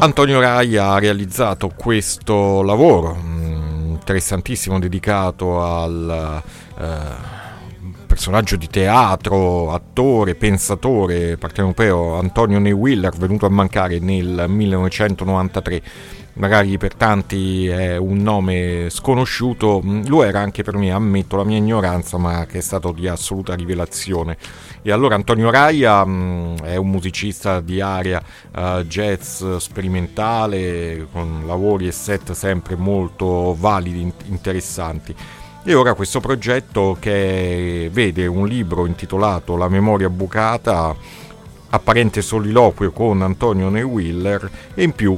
Antonio Raia ha realizzato questo lavoro interessantissimo dedicato al personaggio di teatro, attore, pensatore partenopeo Antonio Neuwirth, venuto a mancare nel 1993. Magari per tanti è un nome sconosciuto, lo era anche per me, ammetto la mia ignoranza, ma che è stato di assoluta rivelazione. E allora Antonio Raia è un musicista di area jazz sperimentale, con lavori e set sempre molto validi, interessanti. E ora questo progetto che vede un libro intitolato La memoria bucata, apparente soliloquio con Antonio Neuwirth, e in più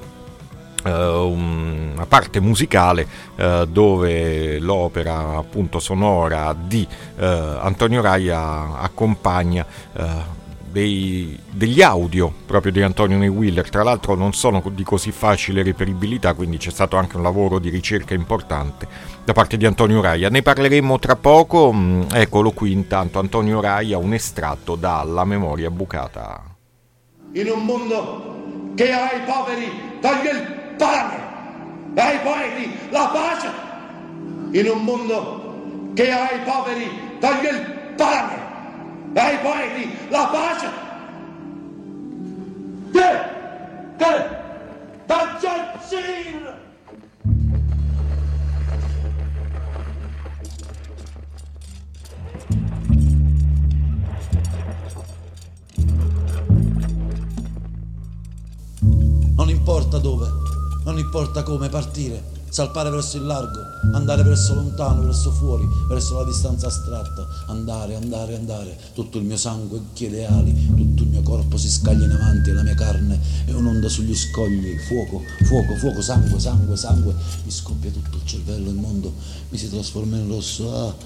una parte musicale dove l'opera appunto sonora di Antonio Raia accompagna degli audio proprio di Antonio Neuwirth. Tra l'altro non sono di così facile reperibilità, quindi c'è stato anche un lavoro di ricerca importante da parte di Antonio Raia. Ne parleremo tra poco. Eccolo qui intanto Antonio Raia, un estratto dalla memoria bucata. In un mondo che ai poveri toglie il pane e ai poeti la pace, in un mondo che ai poveri toglie il pane e ai poeti la pace, che Tangiacir. Non importa dove, non importa come partire, salpare verso il largo, andare verso lontano, verso fuori, verso la distanza astratta, andare, andare, andare. Tutto il mio sangue chiede ali, tutto il mio corpo si scaglia in avanti e la mia carne è un'onda sugli scogli. Fuoco, fuoco, fuoco, sangue, sangue, sangue. Mi scoppia tutto il cervello, il mondo mi si trasforma in rosso.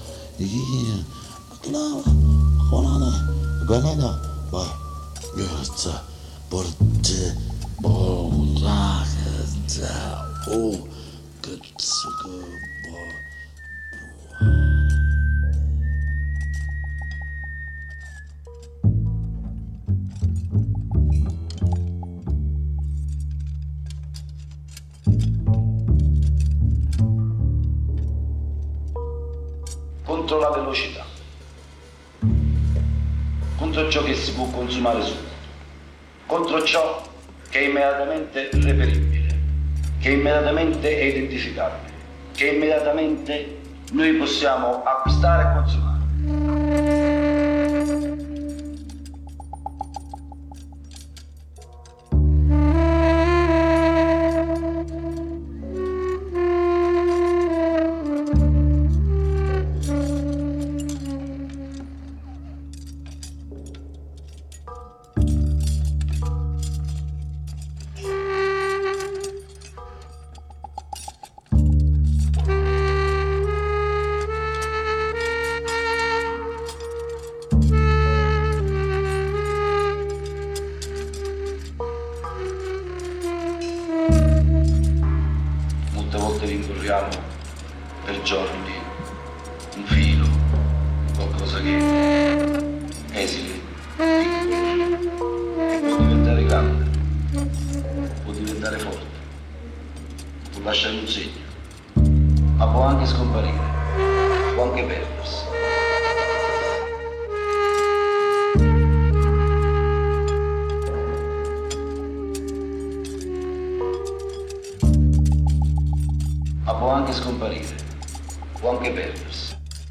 Contro la velocità, contro ciò che si può consumare subito, contro ciò che è immediatamente reperibile, che immediatamente è identificabile, che immediatamente noi possiamo acquistare e consumare. Per giorni un filo, qualcosa che esile, piccolo, e può diventare grande, può diventare forte, può lasciare un segno, ma può anche scomparire, può anche perdersi. Ma può anche scomparire, può anche perdersi.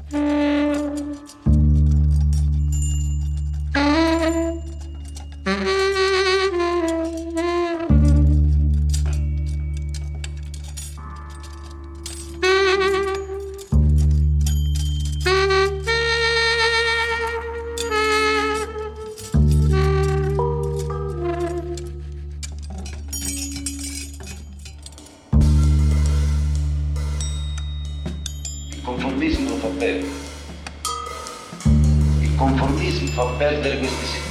Il conformismo fa perdere questi segni.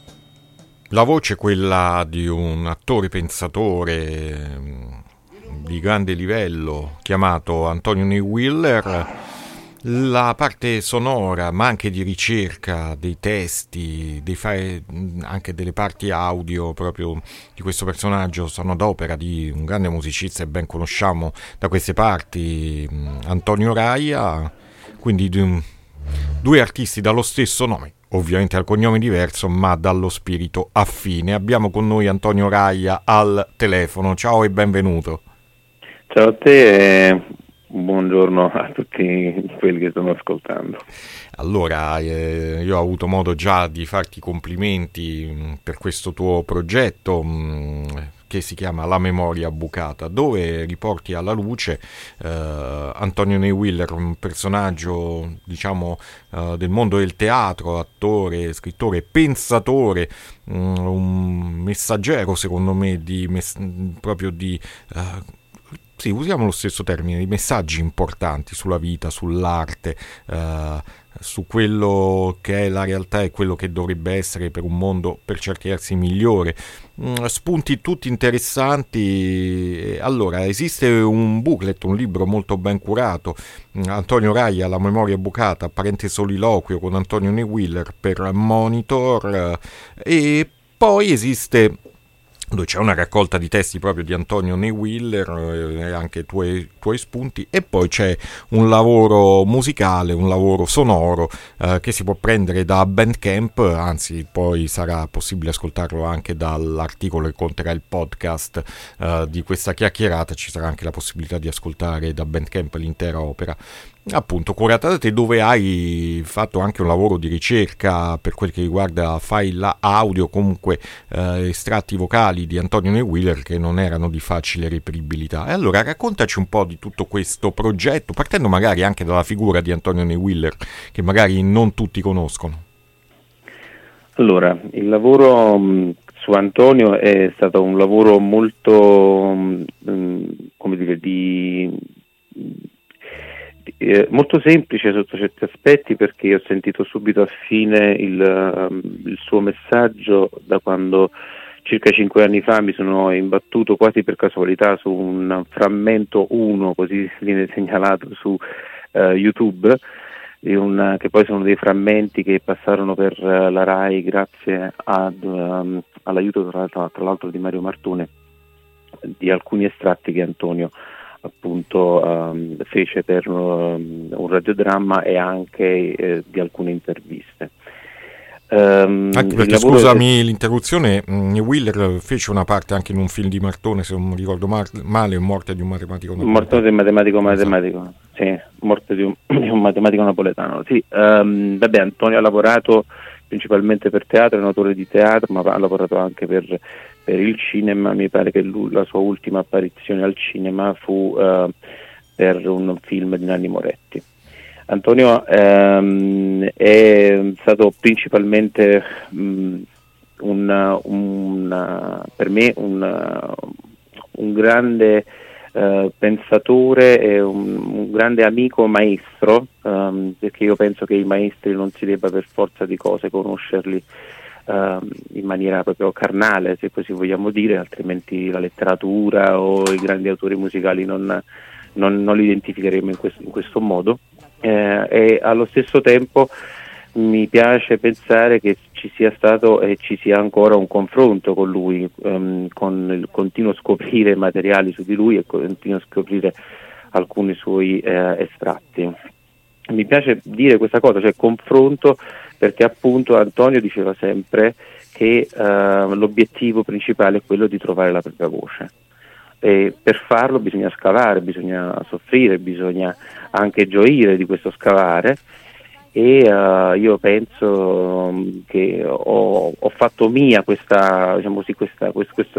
La voce è quella di un attore pensatore di grande livello chiamato Antonio Neywiller. La parte sonora, ma anche di ricerca dei testi, anche delle parti audio proprio di questo personaggio, sono d'opera di un grande musicista e ben conosciamo da queste parti, Antonio Raia, quindi due artisti dallo stesso nome, ovviamente al cognome diverso, ma dallo spirito affine. Abbiamo con noi Antonio Raia al telefono. Ciao e benvenuto. Ciao a te e buongiorno a tutti quelli che stanno ascoltando. Allora, io ho avuto modo già di farti i complimenti per questo tuo progetto che si chiama La memoria bucata, dove riporti alla luce Antonio Neywiller, un personaggio, diciamo, del mondo del teatro, attore, scrittore, pensatore, un messaggero, secondo me, proprio di... sì, usiamo lo stesso termine, di messaggi importanti sulla vita, sull'arte, su quello che è la realtà e quello che dovrebbe essere per un mondo per certi versi migliore. Spunti tutti interessanti. Allora, esiste un booklet, un libro molto ben curato, Antonio Raia, La memoria bucata, apparente soliloquio con Antonio Neywiller per Monitor, e poi esiste, dove c'è una raccolta di testi proprio di Antonio Neywiller e anche tuoi spunti, e poi c'è un lavoro musicale, un lavoro sonoro che si può prendere da Bandcamp, anzi poi sarà possibile ascoltarlo anche dall'articolo che conterrà il podcast di questa chiacchierata. Ci sarà anche la possibilità di ascoltare da Bandcamp l'intera opera, appunto curata da te, dove hai fatto anche un lavoro di ricerca per quel che riguarda file audio, comunque estratti vocali di Antonio Neywiller che non erano di facile reperibilità. E allora raccontaci un po' di tutto questo progetto, partendo magari anche dalla figura di Antonio Neywiller, che magari non tutti conoscono. Allora, il lavoro su Antonio è stato un lavoro molto, come dire, molto semplice sotto certi aspetti, perché ho sentito subito affine il suo messaggio da quando circa 5 anni fa mi sono imbattuto quasi per casualità su un frammento 1, così viene segnalato su YouTube, che poi sono dei frammenti che passarono per la RAI grazie all'aiuto tra l'altro di Mario Martone, di alcuni estratti che Antonio appunto fece per un radiodramma e anche di alcune interviste. Anche perché, scusami l'interruzione, Neywiller fece una parte anche in un film di Martone, se non mi ricordo male, Morte di un matematico napoletano. Morte di un matematico, sì, Morte di un matematico napoletano, sì. Vabbè, Antonio ha lavorato principalmente per teatro, è un autore di teatro, ma ha lavorato anche per il cinema. Mi pare che la sua ultima apparizione al cinema fu per un film di Nanni Moretti. Antonio è stato principalmente per me un grande pensatore e un grande amico maestro, perché io penso che i maestri non si debba per forza di cose conoscerli in maniera proprio carnale, se così vogliamo dire, altrimenti la letteratura o i grandi autori musicali non li identificheremo in questo modo. E allo stesso tempo mi piace pensare che ci sia stato e ci sia ancora un confronto con lui, con il continuo scoprire materiali su di lui e continuo scoprire alcuni suoi estratti. Mi piace dire questa cosa, cioè confronto, perché appunto Antonio diceva sempre che l'obiettivo principale è quello di trovare la propria voce. E per farlo bisogna scavare, bisogna soffrire, bisogna anche gioire di questo scavare, e io penso che ho fatto mia questa, diciamo così, questa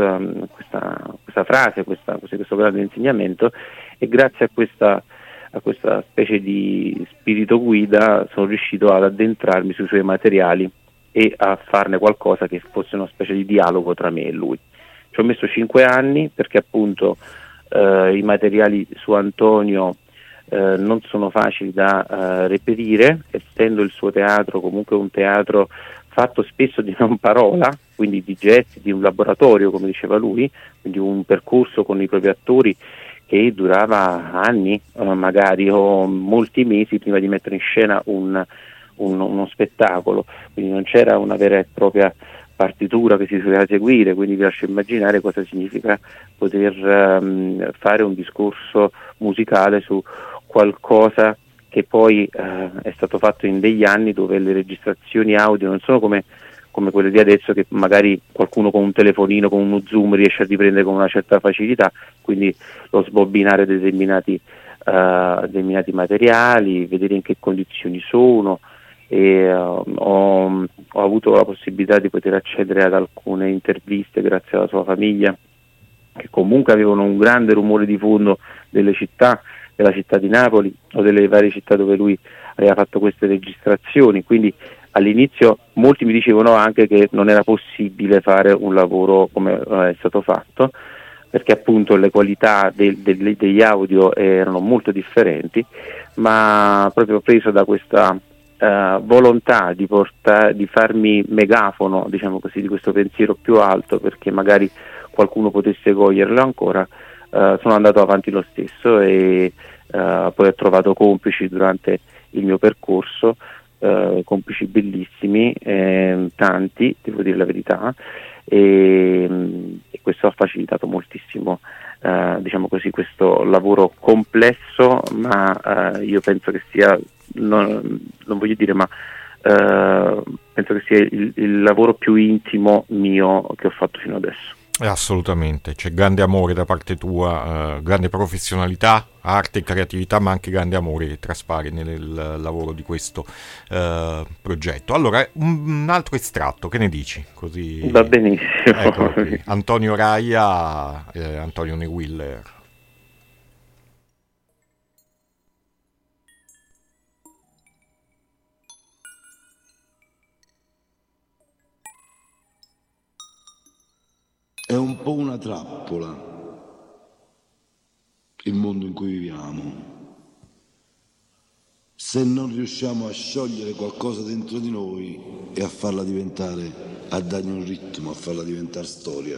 frase, questo grande insegnamento, e grazie a questa specie di spirito guida sono riuscito ad addentrarmi sui suoi materiali e a farne qualcosa che fosse una specie di dialogo tra me e lui. Ci ho messo 5 anni perché appunto i materiali su Antonio non sono facili da reperire, essendo il suo teatro comunque un teatro fatto spesso di non parola, quindi di gesti, di un laboratorio come diceva lui, quindi un percorso con i propri attori e durava anni, magari, o molti mesi prima di mettere in scena uno spettacolo, quindi non c'era una vera e propria partitura che si doveva seguire, quindi vi lascio immaginare cosa significa poter fare un discorso musicale su qualcosa che poi è stato fatto in degli anni, dove le registrazioni audio non sono come quelle di adesso, che magari qualcuno con un telefonino, con uno zoom, riesce a riprendere con una certa facilità, quindi lo sbobbinare determinati materiali, vedere in che condizioni sono. E ho avuto la possibilità di poter accedere ad alcune interviste grazie alla sua famiglia, che comunque avevano un grande rumore di fondo della città di Napoli o delle varie città dove lui aveva fatto queste registrazioni, quindi all'inizio molti mi dicevano anche che non era possibile fare un lavoro come è stato fatto, perché appunto le qualità degli audio erano molto differenti, ma proprio preso da questa volontà di farmi megafono, diciamo così, di questo pensiero più alto, perché magari qualcuno potesse coglierlo ancora, sono andato avanti lo stesso e poi ho trovato complici durante il mio percorso, complici bellissimi, tanti, devo dire la verità, e questo ha facilitato moltissimo, diciamo così, questo lavoro complesso, ma io penso che sia, non voglio dire, ma penso che sia il lavoro più intimo mio che ho fatto fino adesso. Assolutamente, c'è grande amore da parte tua, grande professionalità, arte e creatività, ma anche grande amore che traspare nel lavoro di questo progetto. Allora, un altro estratto, che ne dici? Così va benissimo. Ecco qui. Antonio Raia, Antonio Neuwiller. È un po' una trappola il mondo in cui viviamo. Se non riusciamo a sciogliere qualcosa dentro di noi e a farla diventare, a dargli un ritmo, a farla diventare storia.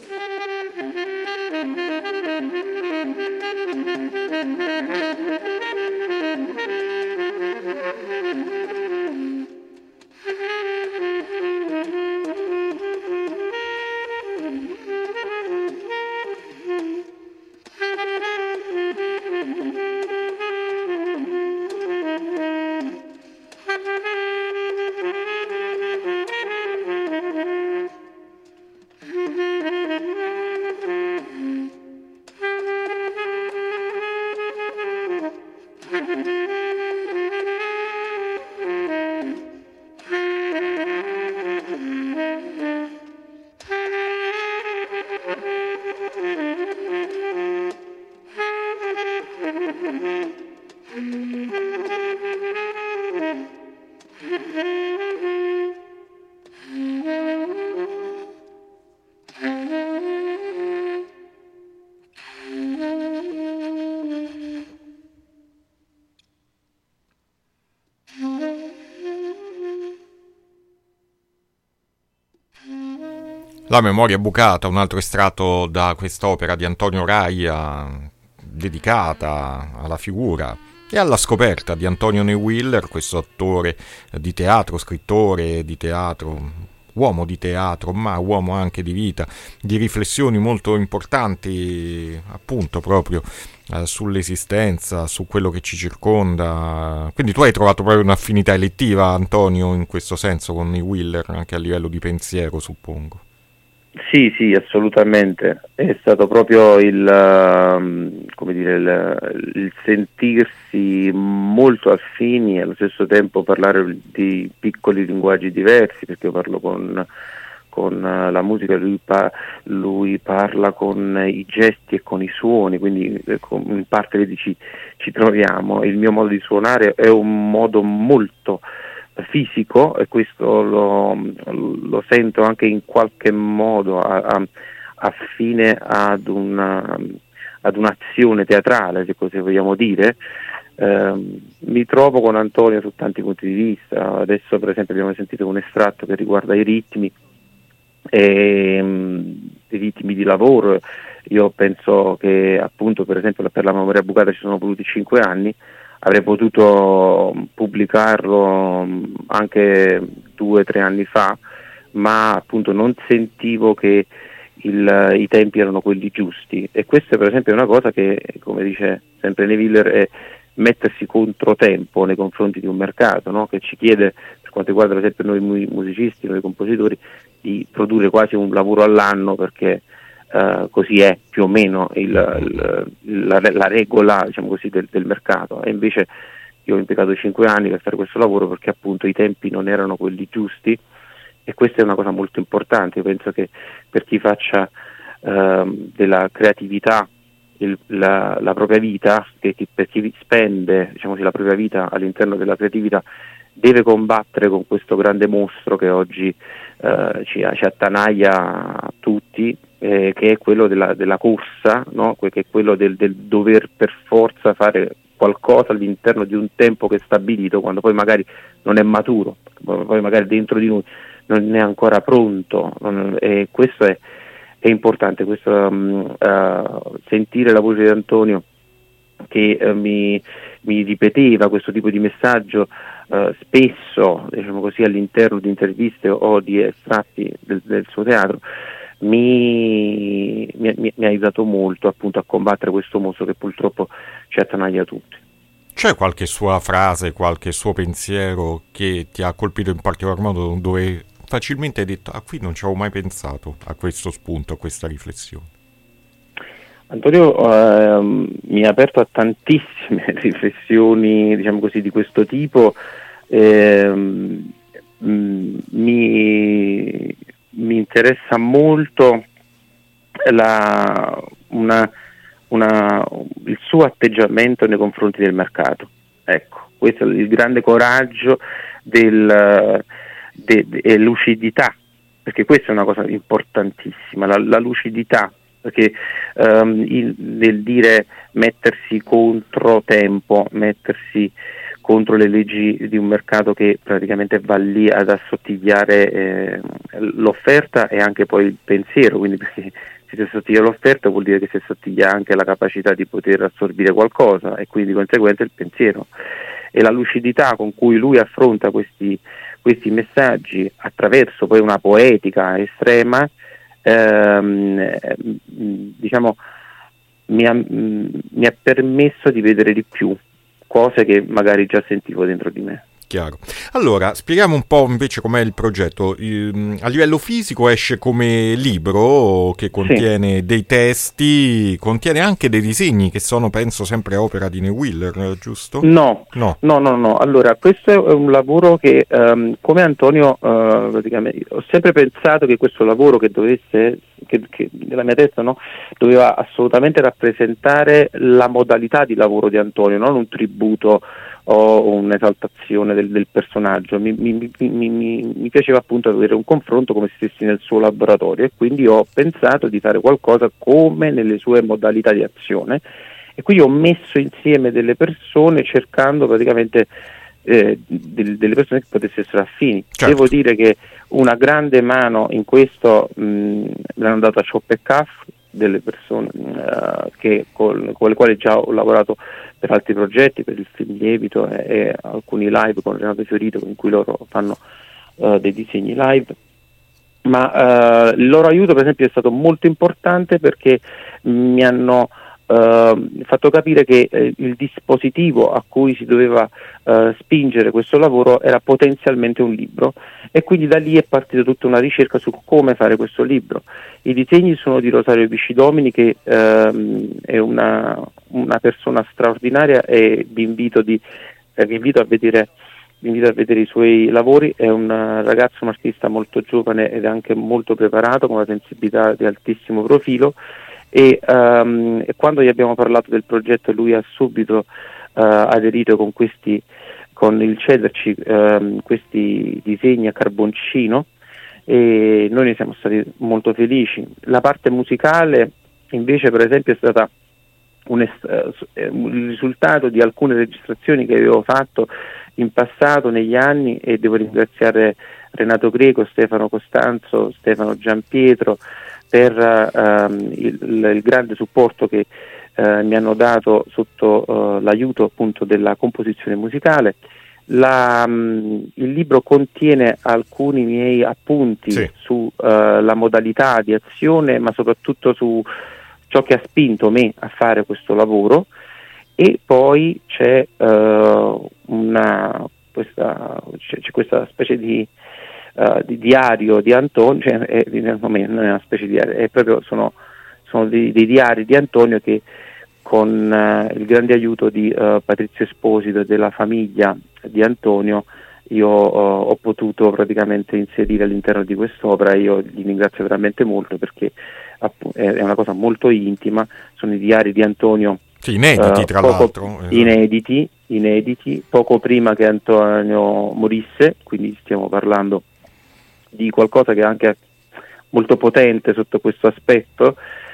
La memoria bucata, un altro estratto da quest'opera di Antonio Raia, dedicata alla figura e alla scoperta di Antonio Neuwiller, questo attore di teatro, scrittore di teatro, uomo di teatro, ma uomo anche di vita, di riflessioni molto importanti, appunto proprio sull'esistenza, su quello che ci circonda. Quindi tu hai trovato proprio un'affinità elettiva, Antonio, in questo senso con Neuwiller, anche a livello di pensiero, suppongo. Sì, assolutamente. È stato proprio il sentirsi molto affini e allo stesso tempo parlare di piccoli linguaggi diversi, perché io parlo con la musica, lui parla con i gesti e con i suoni, quindi in parte lì ci troviamo. Il mio modo di suonare è un modo molto fisico, e questo lo sento anche in qualche modo affine ad un'azione teatrale, se così vogliamo dire. Mi trovo con Antonio su tanti punti di vista. Adesso per esempio abbiamo sentito un estratto che riguarda i ritmi di lavoro, Io penso che appunto per esempio per la memoria bucata ci sono voluti 5 anni, avrei potuto pubblicarlo anche 2-3 anni fa, ma appunto non sentivo che i tempi erano quelli giusti, e questa per esempio è una cosa che, come dice sempre Neville, è mettersi controtempo nei confronti di un mercato, no? Che ci chiede, per quanto riguarda per esempio noi musicisti, noi compositori, di produrre quasi un lavoro all'anno, perché così è più o meno la regola, diciamo così, del mercato. E invece io ho impiegato 5 anni per fare questo lavoro perché appunto i tempi non erano quelli giusti, e questa è una cosa molto importante. Io penso che per chi faccia della creatività la propria vita, per chi spende, diciamo così, la propria vita all'interno della creatività, deve combattere con questo grande mostro che oggi ci attanaglia a tutti, che è quello della corsa, no? Che è quello del dover per forza fare qualcosa all'interno di un tempo che è stabilito, quando poi magari non è maturo, poi magari dentro di noi non è ancora pronto, e questo è importante, questo sentire la voce di Antonio che mi ripeteva questo tipo di messaggio spesso, diciamo così, all'interno di interviste o di estratti del suo teatro, mi ha aiutato molto appunto a combattere questo mostro che purtroppo ci attanaglia tutti. C'è qualche sua frase, qualche suo pensiero che ti ha colpito in particolar modo, dove facilmente hai detto qui non ci avevo mai pensato a questo spunto, a questa riflessione? Antonio mi ha aperto a tantissime riflessioni, diciamo così, di questo tipo. Mi interessa molto il suo atteggiamento nei confronti del mercato. Ecco, questo è il grande coraggio e lucidità, perché questa è una cosa importantissima, la lucidità, perché nel dire mettersi contro tempo, mettersi contro le leggi di un mercato che praticamente va lì ad assottigliare l'offerta e anche poi il pensiero, quindi perché se si assottiglia l'offerta vuol dire che si assottiglia anche la capacità di poter assorbire qualcosa, e quindi di conseguenza il pensiero, e la lucidità con cui lui affronta questi messaggi attraverso poi una poetica estrema, diciamo mi ha permesso di vedere di più cose che magari già sentivo dentro di me. Chiaro. Allora, spieghiamo un po' invece com'è il progetto. A livello fisico esce come libro che contiene dei testi, contiene anche dei disegni che sono, penso, sempre opera di Neil Wheeler, giusto? No. Allora, questo è un lavoro che, come Antonio, praticamente, ho sempre pensato che questo lavoro che nella mia testa, no, doveva assolutamente rappresentare la modalità di lavoro di Antonio, non un tributo o un'esaltazione del personaggio. Mi piaceva appunto avere un confronto come se stessi nel suo laboratorio, e quindi ho pensato di fare qualcosa come nelle sue modalità di azione, e quindi ho messo insieme delle persone cercando praticamente delle persone che potessero essere affini. Certo. Devo dire che una grande mano in questo me l'hanno data Chop e Caff, delle persone con le quali già ho lavorato per altri progetti, per il film Lievito e alcuni live con Renato Fiorito, in cui loro fanno dei disegni live, ma il loro aiuto per esempio è stato molto importante, perché mi hanno fatto capire che il dispositivo a cui si doveva spingere questo lavoro era potenzialmente un libro, e quindi da lì è partita tutta una ricerca su come fare questo libro. I disegni sono di Rosario Piscidomini, che è una persona straordinaria, e vi invito a vedere i suoi lavori. È un ragazzo, un artista molto giovane ed anche molto preparato, con una sensibilità di altissimo profilo, e quando gli abbiamo parlato del progetto lui ha subito aderito con il cederci questi disegni a carboncino, e noi ne siamo stati molto felici. La parte musicale invece per esempio è stata il risultato di alcune registrazioni che avevo fatto in passato, negli anni, e devo ringraziare Renato Greco, Stefano Costanzo, Stefano Giampietro, per il grande supporto che mi hanno dato sotto l'aiuto appunto della composizione musicale. Il libro contiene alcuni miei appunti su la modalità di azione, ma soprattutto su ciò che ha spinto me a fare questo lavoro, e poi c'è questa specie di diario di Antonio, cioè, non è una specie di diario, è proprio, sono dei diari di Antonio che, con il grande aiuto di Patrizio Esposito e della famiglia di Antonio, io ho potuto praticamente inserire all'interno di quest'opera. Io li ringrazio veramente molto, perché è una cosa molto intima. Sono i diari di Antonio, inediti tra l'altro, inediti, poco prima che Antonio morisse, quindi stiamo parlando di qualcosa che è anche molto potente sotto questo aspetto.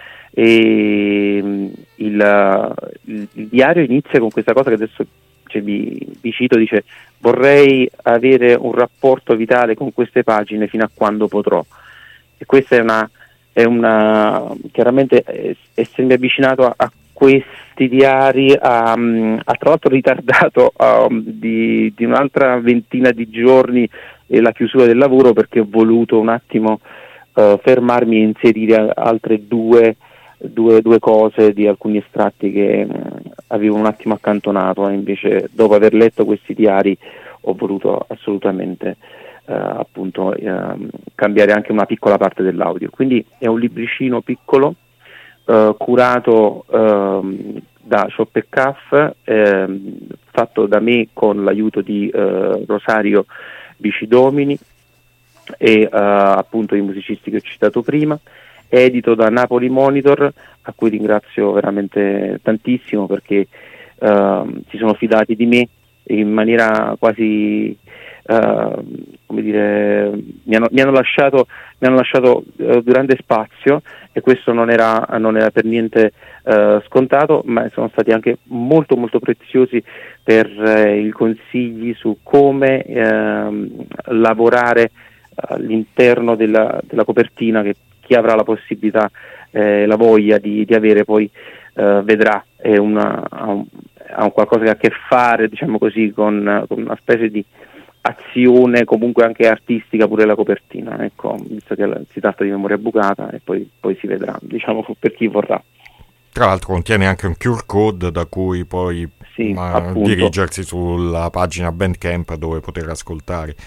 E il diario inizia con questa cosa che adesso vi cito, dice: vorrei avere un rapporto vitale con queste pagine fino a quando potrò. E questa è una chiaramente essermi avvicinato a questi diari tra l'altro ritardato di un'altra ventina di giorni la chiusura del lavoro, perché ho voluto un attimo fermarmi e inserire altre due cose di alcuni estratti che avevo un attimo accantonato, e invece dopo aver letto questi diari ho voluto assolutamente cambiare anche una piccola parte dell'audio. Quindi è un libricino piccolo curato da Shop e Caff, fatto da me con l'aiuto di Rosario Bicidomini e appunto i musicisti che ho citato prima, edito da Napoli Monitor, a cui ringrazio veramente tantissimo, perché si sono fidati di me in maniera quasi come dire, mi hanno lasciato grande spazio, e questo non era per niente scontato, ma sono stati anche molto molto preziosi per i consigli su come lavorare all'interno della copertina, che chi avrà la possibilità la voglia di avere poi vedrà è ha un qualcosa che ha a che fare, diciamo così, con una specie di azione comunque anche artistica, pure la copertina, ecco, visto che si tratta di memoria bucata, e poi si vedrà, diciamo, per chi vorrà. Tra l'altro contiene anche un QR code da cui poi dirigersi sulla pagina Bandcamp, dove poter ascoltare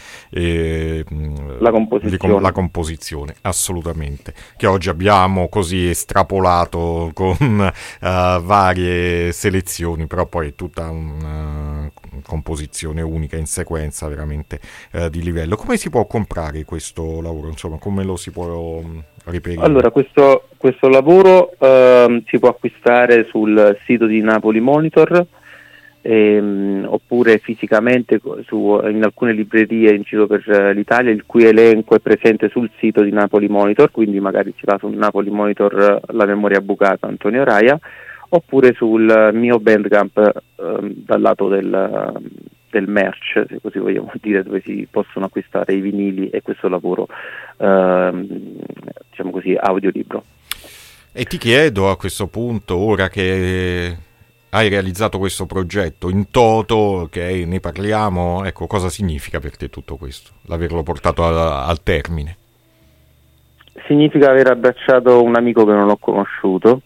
la composizione, assolutamente, che oggi abbiamo così estrapolato con varie selezioni, però poi è tutta una composizione unica in sequenza veramente di livello. Come si può comprare questo lavoro? Insomma, come lo si può reperire? Allora, questo lavoro si può acquistare sul sito di Napoli Monitor, oppure fisicamente in alcune librerie in giro per l'Italia, il cui elenco è presente sul sito di Napoli Monitor, quindi magari si va su Napoli Monitor, la memoria bucata Antonio Raia, oppure sul mio Bandcamp dal lato del merch, se così vogliamo dire, dove si possono acquistare i vinili e questo lavoro diciamo così audiolibro. E ti chiedo a questo punto, ora che hai realizzato questo progetto in toto, che ne parliamo, ecco, cosa significa per te tutto questo, l'averlo portato al termine? Significa aver abbracciato un amico che non ho conosciuto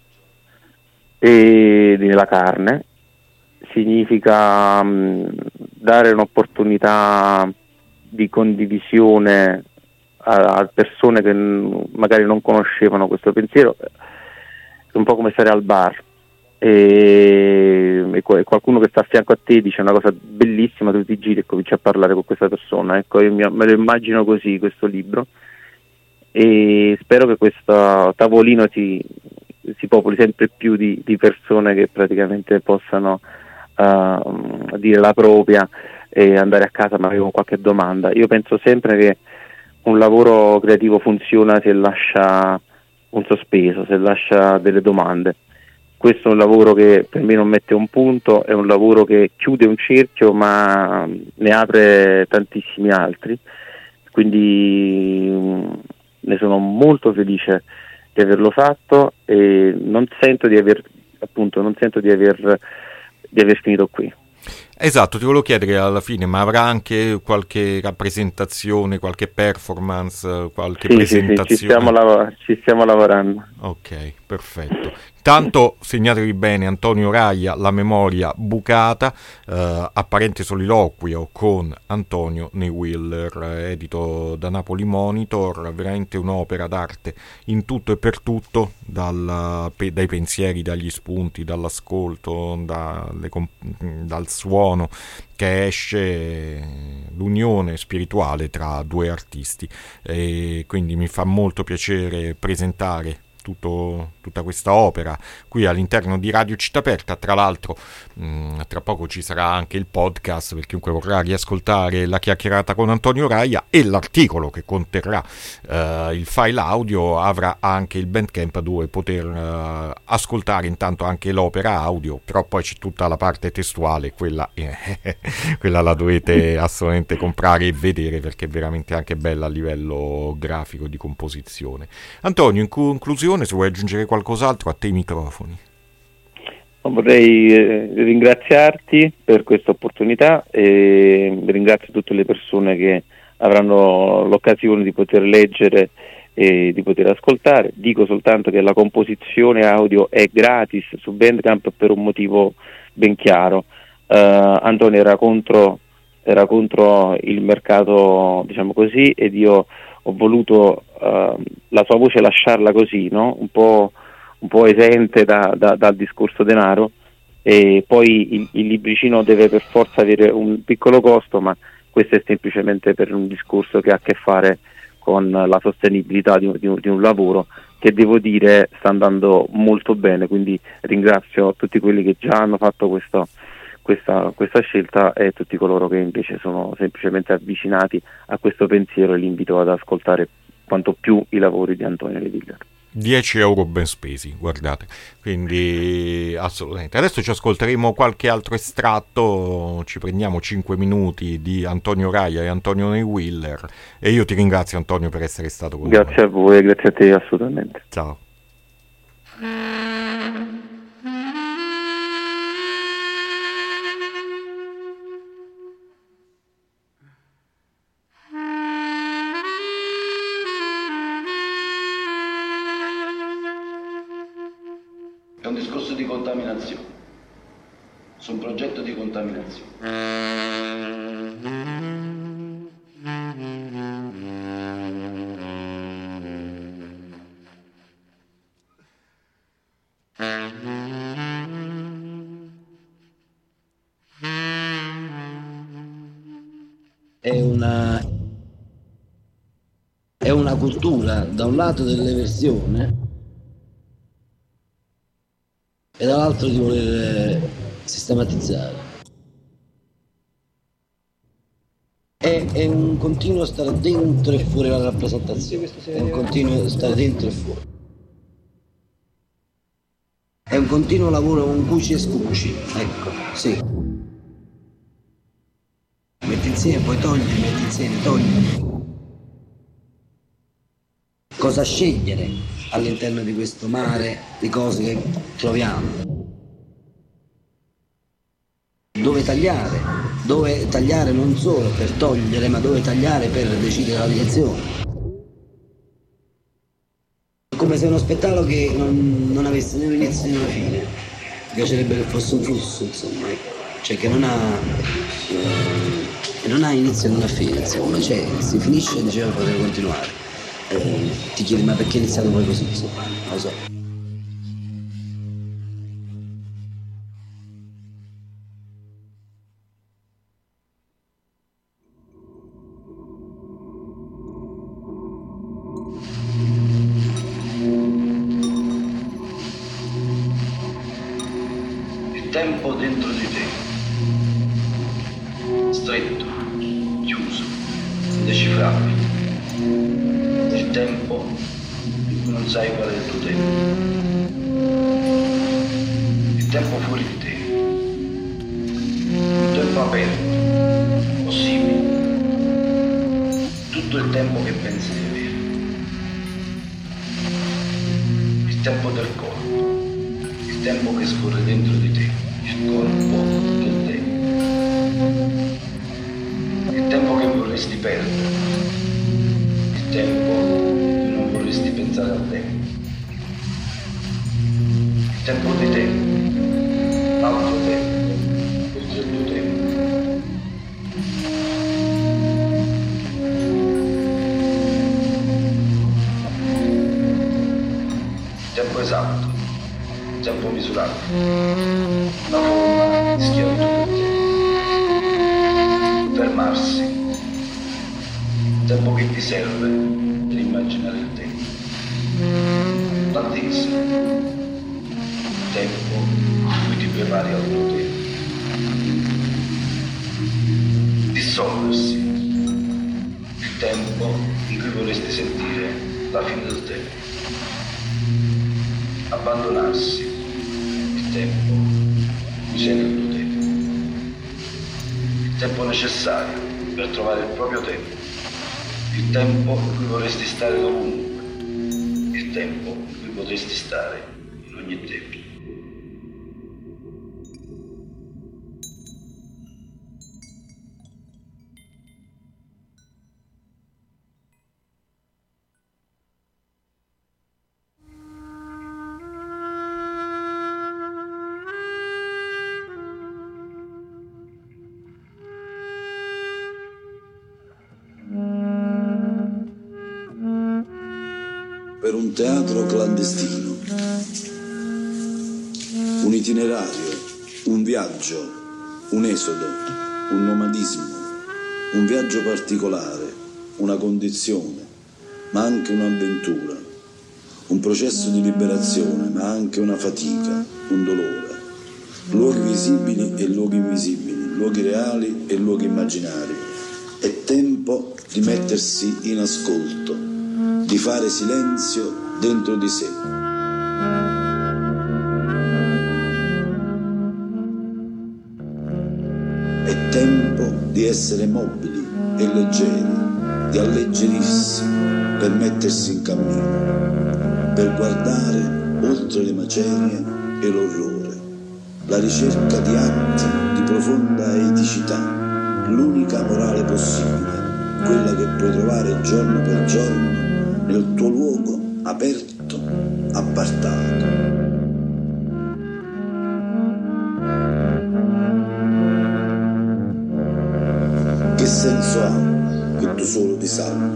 e nella carne, significa dare un'opportunità di condivisione a persone che magari non conoscevano questo pensiero. È un po' come stare al bar e qualcuno che sta a fianco a te dice una cosa bellissima, tu ti giri e cominci a parlare con questa persona. Ecco, io me lo immagino così, questo libro, e spero che questo tavolino si popoli sempre più di persone che praticamente possano dire la propria e andare a casa magari con qualche domanda. Io penso sempre che un lavoro creativo funziona se lascia un sospeso, se lascia delle domande. Questo è un lavoro che per me non mette un punto, è un lavoro che chiude un cerchio ma ne apre tantissimi altri, quindi ne sono molto felice averlo fatto, e non sento di aver finito qui. Esatto, ti volevo chiedere alla fine, ma avrà anche qualche rappresentazione, qualche performance, qualche presentazione? Ci stiamo lavorando. Ok, perfetto. Intanto segnatevi bene Antonio Raia, La memoria bucata, apparente soliloquio con Antonio Neywiller, edito da Napoli Monitor, veramente un'opera d'arte in tutto e per tutto, dai pensieri, dagli spunti, dall'ascolto, dal suono che esce, l'unione spirituale tra due artisti, e quindi mi fa molto piacere presentare tutta questa opera qui all'interno di Radio Città Aperta. Tra l'altro tra poco ci sarà anche il podcast per chiunque vorrà riascoltare la chiacchierata con Antonio Raia, e l'articolo che conterrà il file audio avrà anche il Bandcamp dove poter ascoltare intanto anche l'opera audio, però poi c'è tutta la parte testuale, quella la dovete assolutamente comprare e vedere, perché è veramente anche bella a livello grafico di composizione. Antonio, in conclusione, se vuoi aggiungere qualcos'altro, a te i microfoni. Vorrei ringraziarti per questa opportunità e ringrazio tutte le persone che avranno l'occasione di poter leggere e di poter ascoltare. Dico soltanto che la composizione audio è gratis su Bandcamp per un motivo ben chiaro. Antonio era contro il mercato, diciamo così, ed io ho voluto la sua voce lasciarla così, no? Un po' esente dal discorso denaro, e poi il libricino deve per forza avere un piccolo costo, ma questo è semplicemente per un discorso che ha a che fare con la sostenibilità di un lavoro che, devo dire, sta andando molto bene, quindi ringrazio tutti quelli che già hanno fatto questa scelta e tutti coloro che invece sono semplicemente avvicinati a questo pensiero, e li invito ad ascoltare quanto più i lavori di Antonio Neywiller. 10 euro ben spesi, guardate, quindi assolutamente. Adesso ci ascolteremo qualche altro estratto, ci prendiamo 5 minuti di Antonio Raia e Antonio Neywiller, e io ti ringrazio, Antonio, per essere stato con noi. Grazie a voi e grazie a te, assolutamente. Ciao. È un discorso di contaminazione, su un progetto di contaminazione. È una cultura, da un lato, dell'eversione e dall'altro di voler sistematizzare. È un continuo stare dentro e fuori la rappresentazione, è un continuo stare dentro e fuori. È un continuo lavoro con cuci e scuci, ecco, sì. Metti insieme, poi togli, metti insieme, togli. Cosa scegliere all'interno di questo mare di cose che troviamo? Dove tagliare non solo per togliere, ma dove tagliare per decidere la direzione. Come se uno spettacolo che non avesse né un inizio né una fine. Mi piacerebbe che fosse un flusso, insomma, cioè che non ha inizio e non ha fine, insomma, cioè si finisce e diceva poter continuare. Ti chiedi ma perché è iniziato poi così, insomma, non lo so. Il tempo dentro di te, stretto, chiuso, indecifrabile. Il tempo in cui non sai qual è il tuo tempo. Il tempo fuori di te. Un tempo aperto, possibile. Tutto il tempo che pensi di avere. scorre dentro di te, il corpo del tempo. Il tempo che vorresti perdere, il tempo che non vorresti pensare al tempo. Il tempo di te, l'altro tempo, oltre il tuo tempo. Tempo esatto, tempo misurato, una forma di schiavitù per te. Fermarsi, tempo che ti serve per immaginare il tempo. L'attesa, tempo in cui ti prepari al tuo tempo. Dissolversi, il tempo in cui vorresti sentire la fine del tempo. Abbandonarsi, il tempo in cui sei nel tuo tempo. Il tempo necessario per trovare il proprio tempo. Il tempo in cui vorresti stare dovunque. Il tempo in cui potresti stare in ogni tempo. Per un teatro clandestino, un itinerario, un viaggio, un esodo, un nomadismo, un viaggio particolare, una condizione, ma anche un'avventura, un processo di liberazione, ma anche una fatica, un dolore, luoghi visibili e luoghi invisibili, luoghi reali e luoghi immaginari. È tempo di mettersi in ascolto, di fare silenzio dentro di sé. È tempo di essere mobili e leggeri, di alleggerirsi per mettersi in cammino, per guardare oltre le macerie e l'orrore, la ricerca di atti di profonda eticità, l'unica morale possibile, quella che puoi trovare giorno per giorno nel tuo luogo aperto, appartato. Che senso ha che tu solo ti salvi?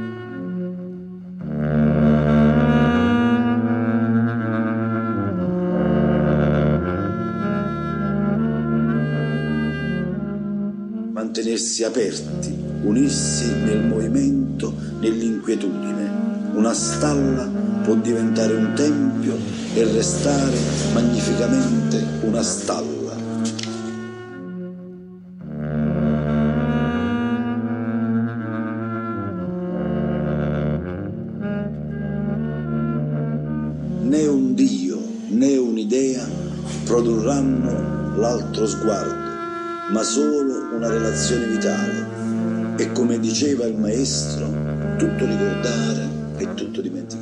Mantenersi aperti, unirsi nel movimento, nell'inquietudine. Una stalla può diventare un tempio e restare magnificamente una stalla. Né un Dio né un'idea produrranno l'altro sguardo, ma solo una relazione vitale. E come diceva il maestro, tutto ricordare e tutto dimenticare.